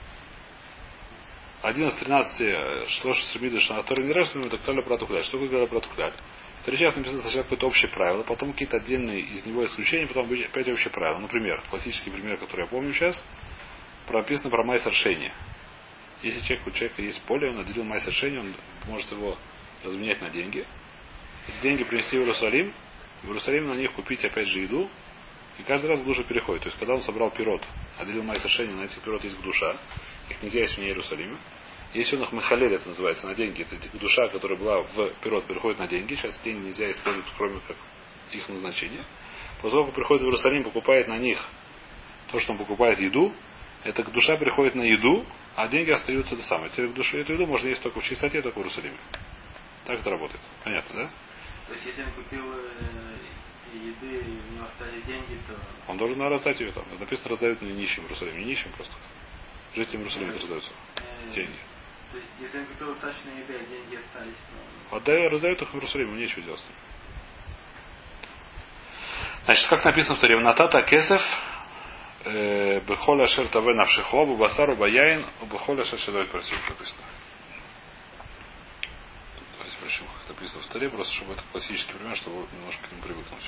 1 из 13 шлош сремиды шанатори не раз, это Кляля Прату Кляль. Что такое Кляля Прату Кляль? Сейчас написано сначала какое-то общее правило, потом какие-то отдельные из него исключения, потом опять общее правило. Например, классический пример, который я помню сейчас, прописано про майсер шейни. Если у человека есть поле, он отделил майсер шейни, он может его разменять на деньги. Эти деньги принести в Иерусалим на них купить опять же еду, и каждый раз к душе переходит. То есть, когда он собрал пирот, отделил майсер шейни, на этих пирот есть душа, их нельзя есть вне Иерусалима. Если он их махалель, это называется, на деньги, это душа, которая была в пирот, переходит на деньги. Сейчас деньги нельзя использовать, кроме как их назначения. После того, как приходит в Иерусалим, покупает на них то, что он покупает еду, эта душа переходит на еду, а деньги остаются это самое. Теперь эту еду можно есть только в чистоте, только в Иерусалиме. Так это работает. Понятно, да? То есть, если он купил еды, и у него остались деньги, то... Он должен раздать ее там. Написано, раздают не нищим в Иерусалиме. Не нищим просто. Жителям Иерусалима раздаются деньги. То есть, если он купил достаточно еды, а деньги остались, то... Раздают их в Иерусалиме, нечего делать. Значит, как написано в Торе, Натата Кесев, Бехоля Шертаве Навшихо, Бубасару Баяин, Бехоля Шершедой Парсив написано. Давайте прочтем, как написано в Торе, просто чтобы это классический пример, чтобы немножко к нему привыкнуть.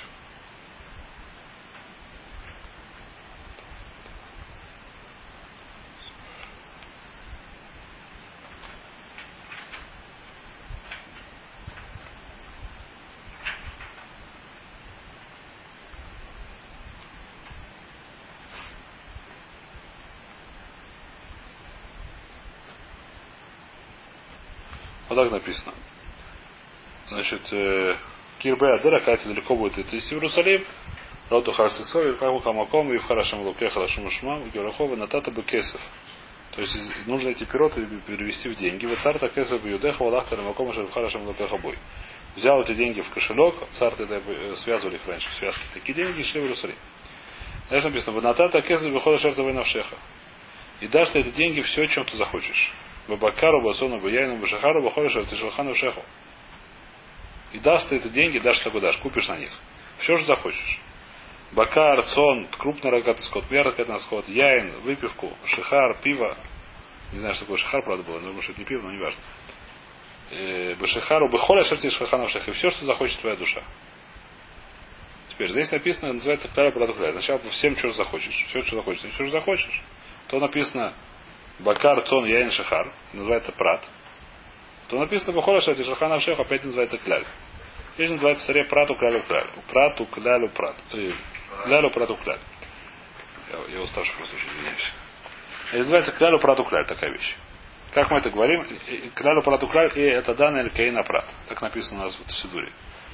Вот так написано. Значит, Кирбе Адера, Катя далеко будет идти в Иерусалим, Роту Харсисови, Каму Камаком, и в Харашем Луке, Харашем Шмам, Герахова, Натата Бекесов. То есть нужно эти пироты перевести в деньги. Вот царь так Кесов Юдеха, Валахта, Намаком, в Харашем Луке Хабой. Взял эти деньги в кошелек, царь тогда связывали их раньше, связки. Такие деньги шли в Иерусалим. Дальше написано, Натата Кесов выходит Шартовой Навшеха. И дашь ты эти деньги все, чем ты захочешь. Бабакару, Басону, Баяйну, Башахару, выходишь, ты Шелхану Шеху. И даст ты эти деньги, дашь что дашь, купишь на них. Все, что захочешь. Бакар, цон, крупный рогатый скот, рогатый скот, яин, выпивку, шихар, пиво. Не знаю, что такое шихар, правда, было, но думаю, что это не пиво, но не важно. Башихару, бахоля, шерти Шелхану Шеху. И все, что захочет твоя душа. Теперь, здесь написано, называется Кляля Прату Кляль. Сначала всем, что захочешь. Все, что захочешь. Все, что захочешь. То написано Бакар, Цон, Яин, Шихар, называется Прат. То написано Бахола, что это Шахана Шех, опять называется Кляль. Здесь называется в царе Прату, Клялю, Кляль. Прату, Клялю, Прат. Клялю, Прату, Кляль. Я уставший просто очень извиняюсь. Это называется Клялю, Прату, Кляль, такая вещь. Как мы это говорим? Клялю, Прату, Кляль, и это данный Кейна Прат. Так написано у нас в Сидуре.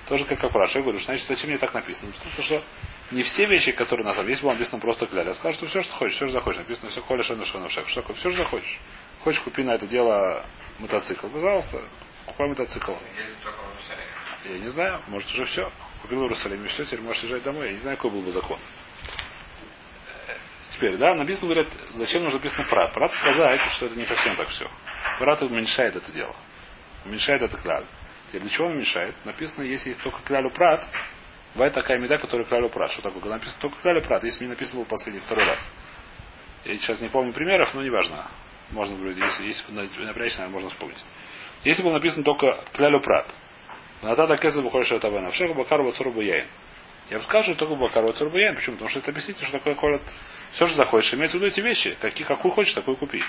Тоже как Апраш. Я говорю, значит, зачем мне так написано? Потому что не все вещи, которые на самом деле, если было написано просто кляль, я скажу, что все, что хочешь, все, что захочешь. Написано все холя шена шена шек. Что такое? Все, что захочешь. Хочешь, купи на это дело мотоцикл. Пожалуйста, купи мотоцикл. Я не знаю, может уже все. Купил в Иерусалиме, все, теперь можешь езжать домой. Я не знаю, какой был бы закон. Теперь, да, написано, говорят, зачем нужно написано прат. Прат сказать, что это не совсем так все. Прат уменьшает это дело. Уменьшает это кляль. Теперь для чего он уменьшает? Написано, если есть только клялю прат, бывает такая меда, которая клялю прат. Что такое? Когда написано только клялю прат, если мне написано было последний, второй раз. Я сейчас не помню примеров, но неважно. Можно говорить, если напрячься, можно вспомнить. Если было написано только клялю прат, Натада Кеза выходишь от Абана. Вшеха Бакару Бацурбу Яин. Я бы скажу только Бакару Бацурбу Яин. Почему? Потому что это объясните, что такое колят. Все, что захочешь. Имеется в виду эти вещи. Какую хочешь, такую купи.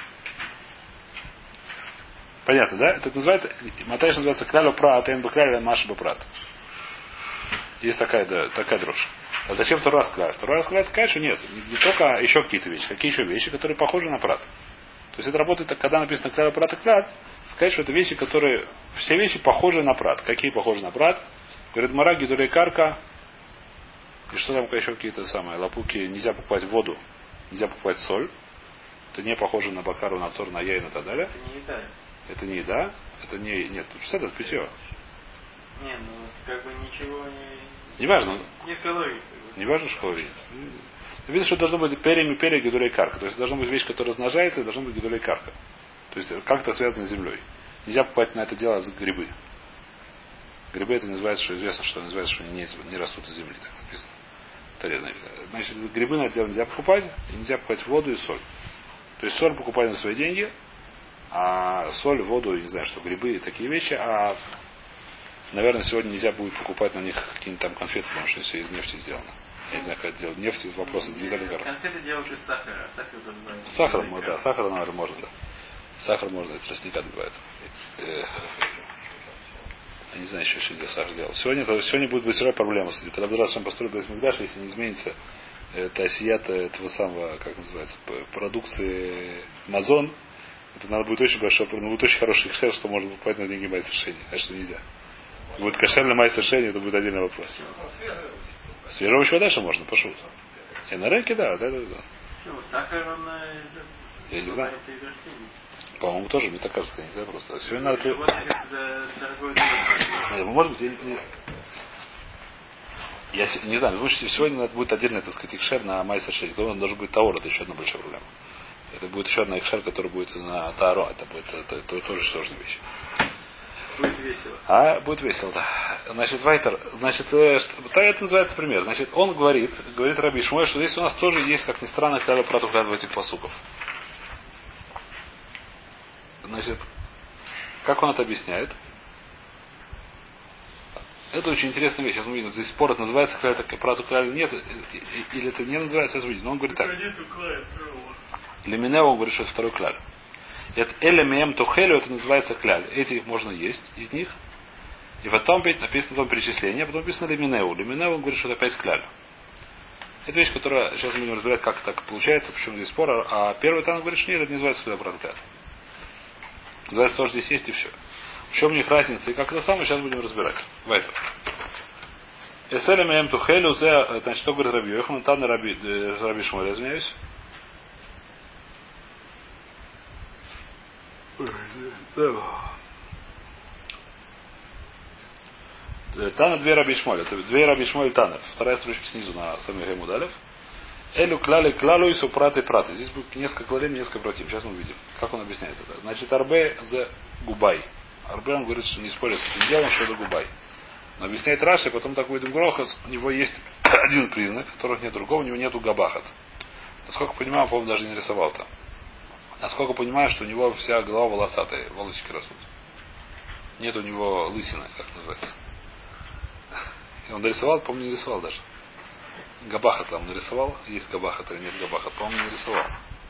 Понятно, да? Это называется, Матайш называется Клялю Прат, Эн Бакляля Маша Бапрат. Есть такая дрожь. А зачем второй раз кляль? Второй раз кляль сказать, что нет. Не только еще какие-то вещи. Какие еще вещи, которые похожи на прат. То есть это работает, когда написано Клялю Прат и Кляль, сказать, что это вещи, которые... Все вещи похожи на прат. Какие похожи на прат? Говорит, Мара, Гидулей Карка. И что там еще какие-то самые лапуки? Нельзя покупать воду. Нельзя покупать соль. Это не похоже на бакару, на цор, на яин и так далее. Это не еда. Это не еда. Это не... Нет, это питье. Не, ну как бы ничего не... Неважно. Нет калорий. Не важно, что калорий. Видно, что должно быть перьями перья гидулей карка. То есть должна быть вещь, которая размножается, и должна быть гидулей карка. То есть как-то связано с землей. Нельзя покупать на это дело грибы. Грибы это называется, что известно, что называется, что они не растут из земли, так написано. Значит, грибы на это дело нельзя покупать, и нельзя покупать воду и соль. То есть соль покупать на свои деньги, а соль, воду, не знаю, что грибы и такие вещи, а наверное, сегодня нельзя будет покупать на них какие-нибудь там конфеты, потому что все из нефти сделано. Я не знаю, как это делать. Нефть, вопрос индивидуальный. Конфеты делают из сахара. Сахаром, да, сахар, наверное, можно, да. Сахар можно, это тростника добивают. Я не знаю, еще для сахара сделал. Сегодня будет большая проблема. Когда буду раз построить Бейт-Микдаш, если не изменится тасията этого самого, как называется, продукции Мазон, это надо будет очень большой, будет очень хороший кшер, что можно покупать на деньги майс-решения. А что нельзя. Будет кошерный майс-решение, это будет отдельный вопрос. Свежего еще дальше можно, пошел. И на рынке, да. Сахар, он... Я не знаю. По-моему, тоже, мне так кажется, я не знаю просто. Сегодня надо... Может быть, я не знаю, слушайте, сегодня надо будет отдельно, так сказать, экшер на майс-решение. То он должен быть таур, это еще одна большая проблема. Это будет еще одна экшер, которая будет на Таро. Это тоже сложная вещь. Будет весело. Будет весело, да. Значит, Вайтер, значит, это называется пример. Значит, он говорит Раби Шмуэль, что здесь у нас тоже есть, как ни странно, когда про в этих посуков. Значит, как он это объясняет? Это очень интересная вещь. Сейчас мы видим, здесь спор, это называется прату кляль или нет, или это не называется, сейчас увидим. Но он говорит так. Леминео говорит, что это второй кляль. Это элемем тухелю, это называется кляль. Эти можно есть из них. И потом написано потом перечисление, а потом написано леминеу. Леминеу говорит, что это опять кляль. Это вещь, которая сейчас мы будем разбирать, как так получается, почему здесь спор. А первый там говорит, что нет, это не называется кляль. Называется то, что здесь есть и все. В чем у них разница и как это самое, сейчас будем разбирать. Вайтер. Эселемем тухелю, значит, что говорит Раби Йохан, Тан Раби Шмуэль, извиняюсь. Тана две Раби Шмуэль. Это две Раби Шмуэль Танер. Вторая строчка снизу на самих Гаймудалев. Элю клали клалу и супраты праты. Здесь будет несколько клалим, несколько против. Сейчас мы увидим. Как он объясняет это. Значит, Арбе за Губай. Арбе он говорит, что не спорит с этим делом, что это Губай. Но объясняет Раши, и потом такой Грохас, у него есть один признак, которых нет другого, у него нету Габахат. Насколько понимаю, по-моему, даже не рисовал там. Насколько понимаю, что у него вся голова волосатая, волосики растут. Нет у него лысины, как называется. И он дорисовал, по-моему, не рисовал даже. Габахат там нарисовал. Есть Габахат или нет Габахат, по-моему, не рисовал.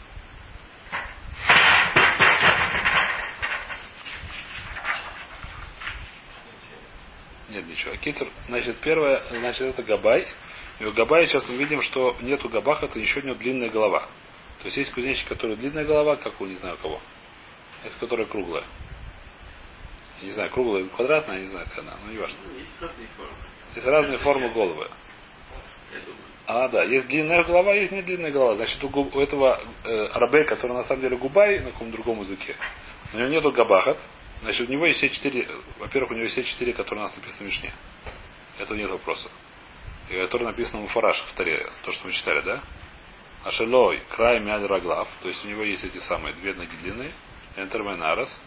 Нет ничего. Китер, значит, первое, значит, это Габай. И у Габая сейчас мы видим, что нету Габахата, еще у него длинная голова. То есть есть кузнечик, который длинная голова, как у не знаю кого. Есть, которая круглая. Я не знаю, круглая или квадратная, я не знаю, как она, но не важно. Есть разные формы. Есть разные формы головы. Я думаю. Да, есть длинная голова, есть не длинная голова. Значит, у этого арабе, который на самом деле губай на каком-то другом языке, у него нету габахат. Значит, у него есть все 4, во-первых, у него есть все 4, которые у нас написаны в Мишне. Это нет вопроса. И которые написаны в Фарашах, в Таре, то, что мы читали, да? Ашелой, край, мяль, раглав. То есть у него есть эти самые 2 ноги длинные. Энтерменарас.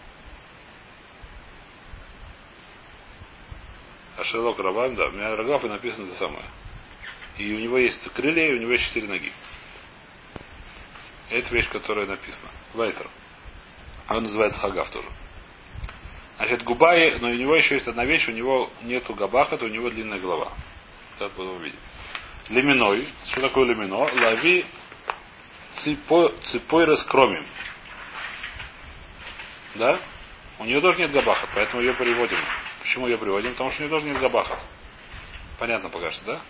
Ашелок, рабам, да, мяль, раглав, и написано это самое. И у него есть крылья, и у него есть 4 ноги. Это вещь, которая написана. Вайтер. Он называется Хагав тоже. Значит, губай, но у него еще есть одна вещь, у него нету габахата, у него длинная голова. Сейчас будем видеть. Леминой. Что такое лемино? Лови цепой раскромим. Да? У нее тоже нет габахат, поэтому ее переводим. Почему ее приводим? Потому что у нее тоже нет габахат. Понятно пока что, да?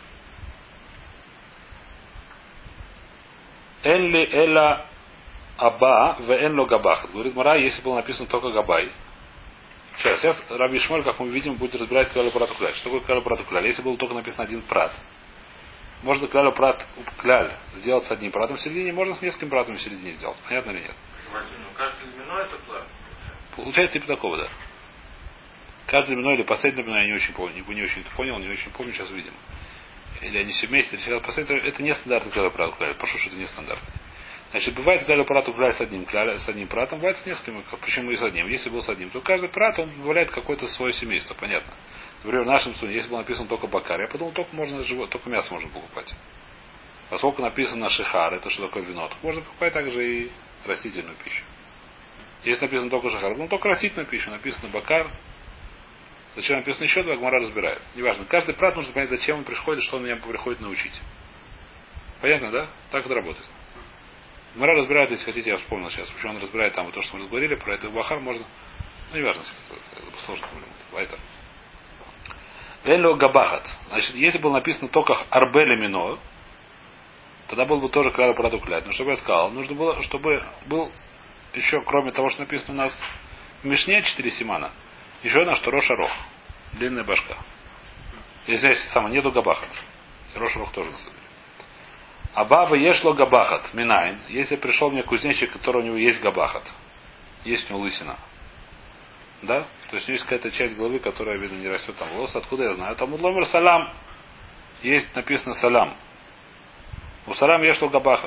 Энли эла аба в энло габахат. Говорит Мара, если было написано только габай. Сейчас Раби Шмоль, как мы видим, будет разбирать клялю прату кляль. Что такое клялю прату кляль? Если было только написано один прат, можно клялю прат кляль сделать с одним пратом в середине, можно с несколькими пратами в середине сделать. Понятно или нет? Каждый лимино это план. Получается типа такого, да. Каждый лимино или последний лимино, я не очень помню, не очень понял, не очень помню, сейчас увидим. Или они все вместе, или последний, это не стандартный клялю прату кляль. Прошу, что это не стандартный. Значит, бывает клялю прату кляль с одним пратом, бывает с несколькими, почему и с одним. Если был с одним, то каждый прат, он добавляет какое-то свое семейство, понятно. Например, в нашем суне, если было написано только бакар, я подумал, только мясо можно покупать. Поскольку написано шихар, это что такое вино, то можно покупать также и растительную пищу. Если написано только шихар, ну только растительную пищу, написано бакар. Зачем написано еще два, Гмара разбирает. Неважно. Каждый прат нужно понять, зачем он приходит, что он меня приходит научить. Понятно, да? Так это работает. Гмара разбирает, если хотите, я вспомнил сейчас. Почему он разбирает там то, что мы говорили, про это бахар можно. Ну, неважно, это сложно. Это. Элло габахат. Значит, если было написано только арбеле мино, тогда был бы тоже клялю прату клять. Но чтобы я сказал, нужно было, чтобы был еще, кроме того, что написано у нас в Мишне 4 симана, еще одна, что Рош Арох. Длинная башка. Если нету габахат. И Рош Арох тоже на самом деле. Абава ешло габахат. Минайн. Если пришел мне кузнечик, который у него есть габахат. Есть у него лысина. Да? То есть у него есть какая-то часть головы, которая, видно, не растет там волос. Откуда я знаю? Там удломер салам. Есть написано салам. У салам ешло габахат.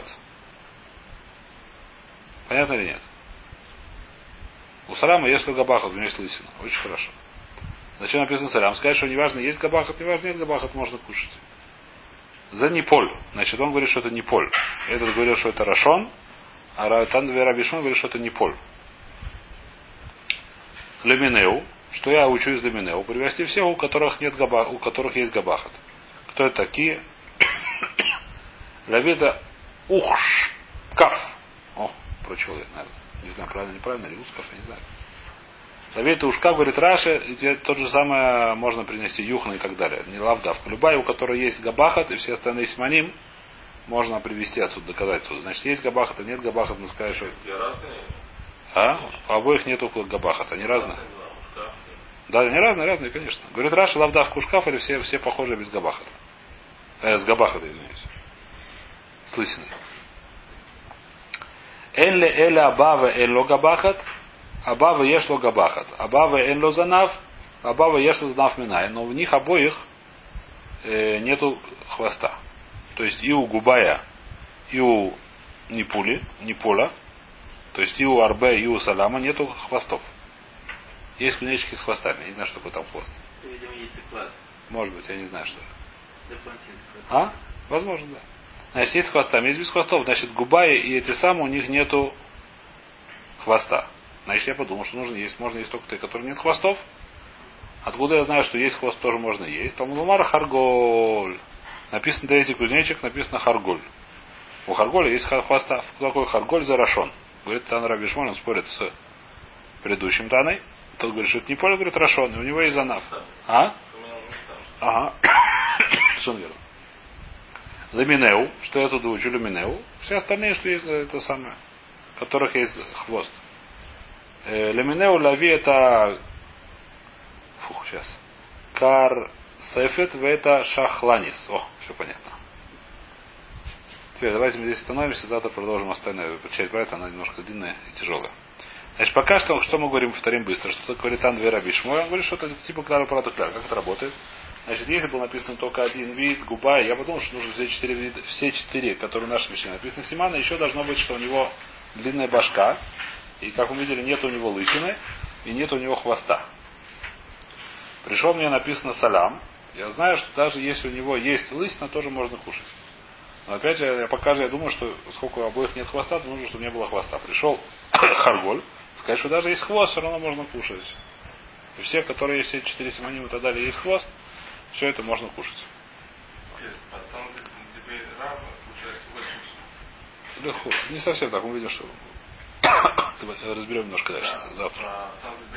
Понятно или нет? У салама есть габахат, у него есть лысина. Очень хорошо. Зачем написано салам? Сказать, что неважно, есть габахат, неважно, нет габахат, можно кушать. За неполь. Значит, он говорит, что это неполь. Этот говорил, что это рашон, а Раби Шмуль говорит, что это неполь. Леминеу. Что я учу из Леминеу? Привести всех, у которых есть габахат. Кто это такие? Лавита ухшкаф. О, прочел я, наверное. Не знаю, правильно, неправильно, или ускаф, я не знаю. Лавита ушкаф, говорит Раши, и тот же самое можно принести юхна и так далее. Не лавдавка. Любая, у которой есть габахат, и все остальные симоним, можно привести отсюда, доказать отсюда. Значит, есть габахат, а нет габахат, мы скажем, что... У обоих нету габахат, они разные. Да, они разные, конечно. Говорит Раши, лавдавка ушкаф, или все похожие без габахата. С габахата, извиняюсь. С лысиной. Элле эле абава элло габахат, абава ешло габахат. Абава элло занав, абава ешло занав минай. Но в них обоих нету хвоста. То есть и у губая, и у Нипула, то есть и у арбе, и у салама нету хвостов. Есть кузнечики с хвостами. Я не знаю, что такое там хвост. Видимо, яйцеклад. Может быть, я не знаю, что это. Возможно, да. Значит, есть с хвостами, есть без хвостов. Значит, губая и эти самые, у них нету хвоста. Значит, я подумал, что можно есть только те, которые нет хвостов. Откуда я знаю, что есть хвост, тоже можно есть. Там лумар харголь. Написано третий кузнечик, написано харголь. У харголя есть хвоста. Кто такой харголь? Зарашон. Говорит Тан Раби Шмуль, он спорит с предыдущим Таной. Тот говорит, что это не поле, говорит Рашон. И у него есть занав. Ага. Совершенно верно. Леминеу, что я тут учу Леминеу. Все остальные, что есть, это самое. У которых есть хвост. Леминеу лави это Фух, сейчас. Кар сефет вета шахланис. О, все понятно. Теперь давайте мы здесь остановимся, завтра продолжим остальное. Часть брать, она немножко длинная и тяжелая. Значит, пока что мы говорим, повторим быстро. Что такое говорит Ан Двера Бишмой? Он говорит, что это типа кляра парата кляр. Как это работает? Значит, если был написан только один вид, губа, я подумал, что нужно все четыре, которые в нашей Мишне написаны Симана, еще должно быть, что у него длинная башка, и, как мы видели, нет у него лысины, и нет у него хвоста. Пришел мне написано салям. Я знаю, что даже если у него есть лысина, тоже можно кушать. Но опять же, я думаю, что сколько у обоих нет хвоста, то нужно, чтобы не было хвоста. Пришел Харголь, сказать, что даже есть хвост, все равно можно кушать. И все, которые есть все 4 симонима и так далее, есть хвост, все это можно кушать. Там теперь рава, получается, 80. Легко. Не совсем так, мы видим, что разберем немножко дальше, завтра.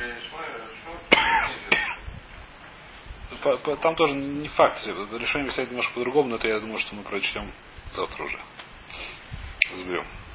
Там тоже не факт. Решение писать немножко по-другому, но это я думаю, что мы прочтем завтра уже. Разберем.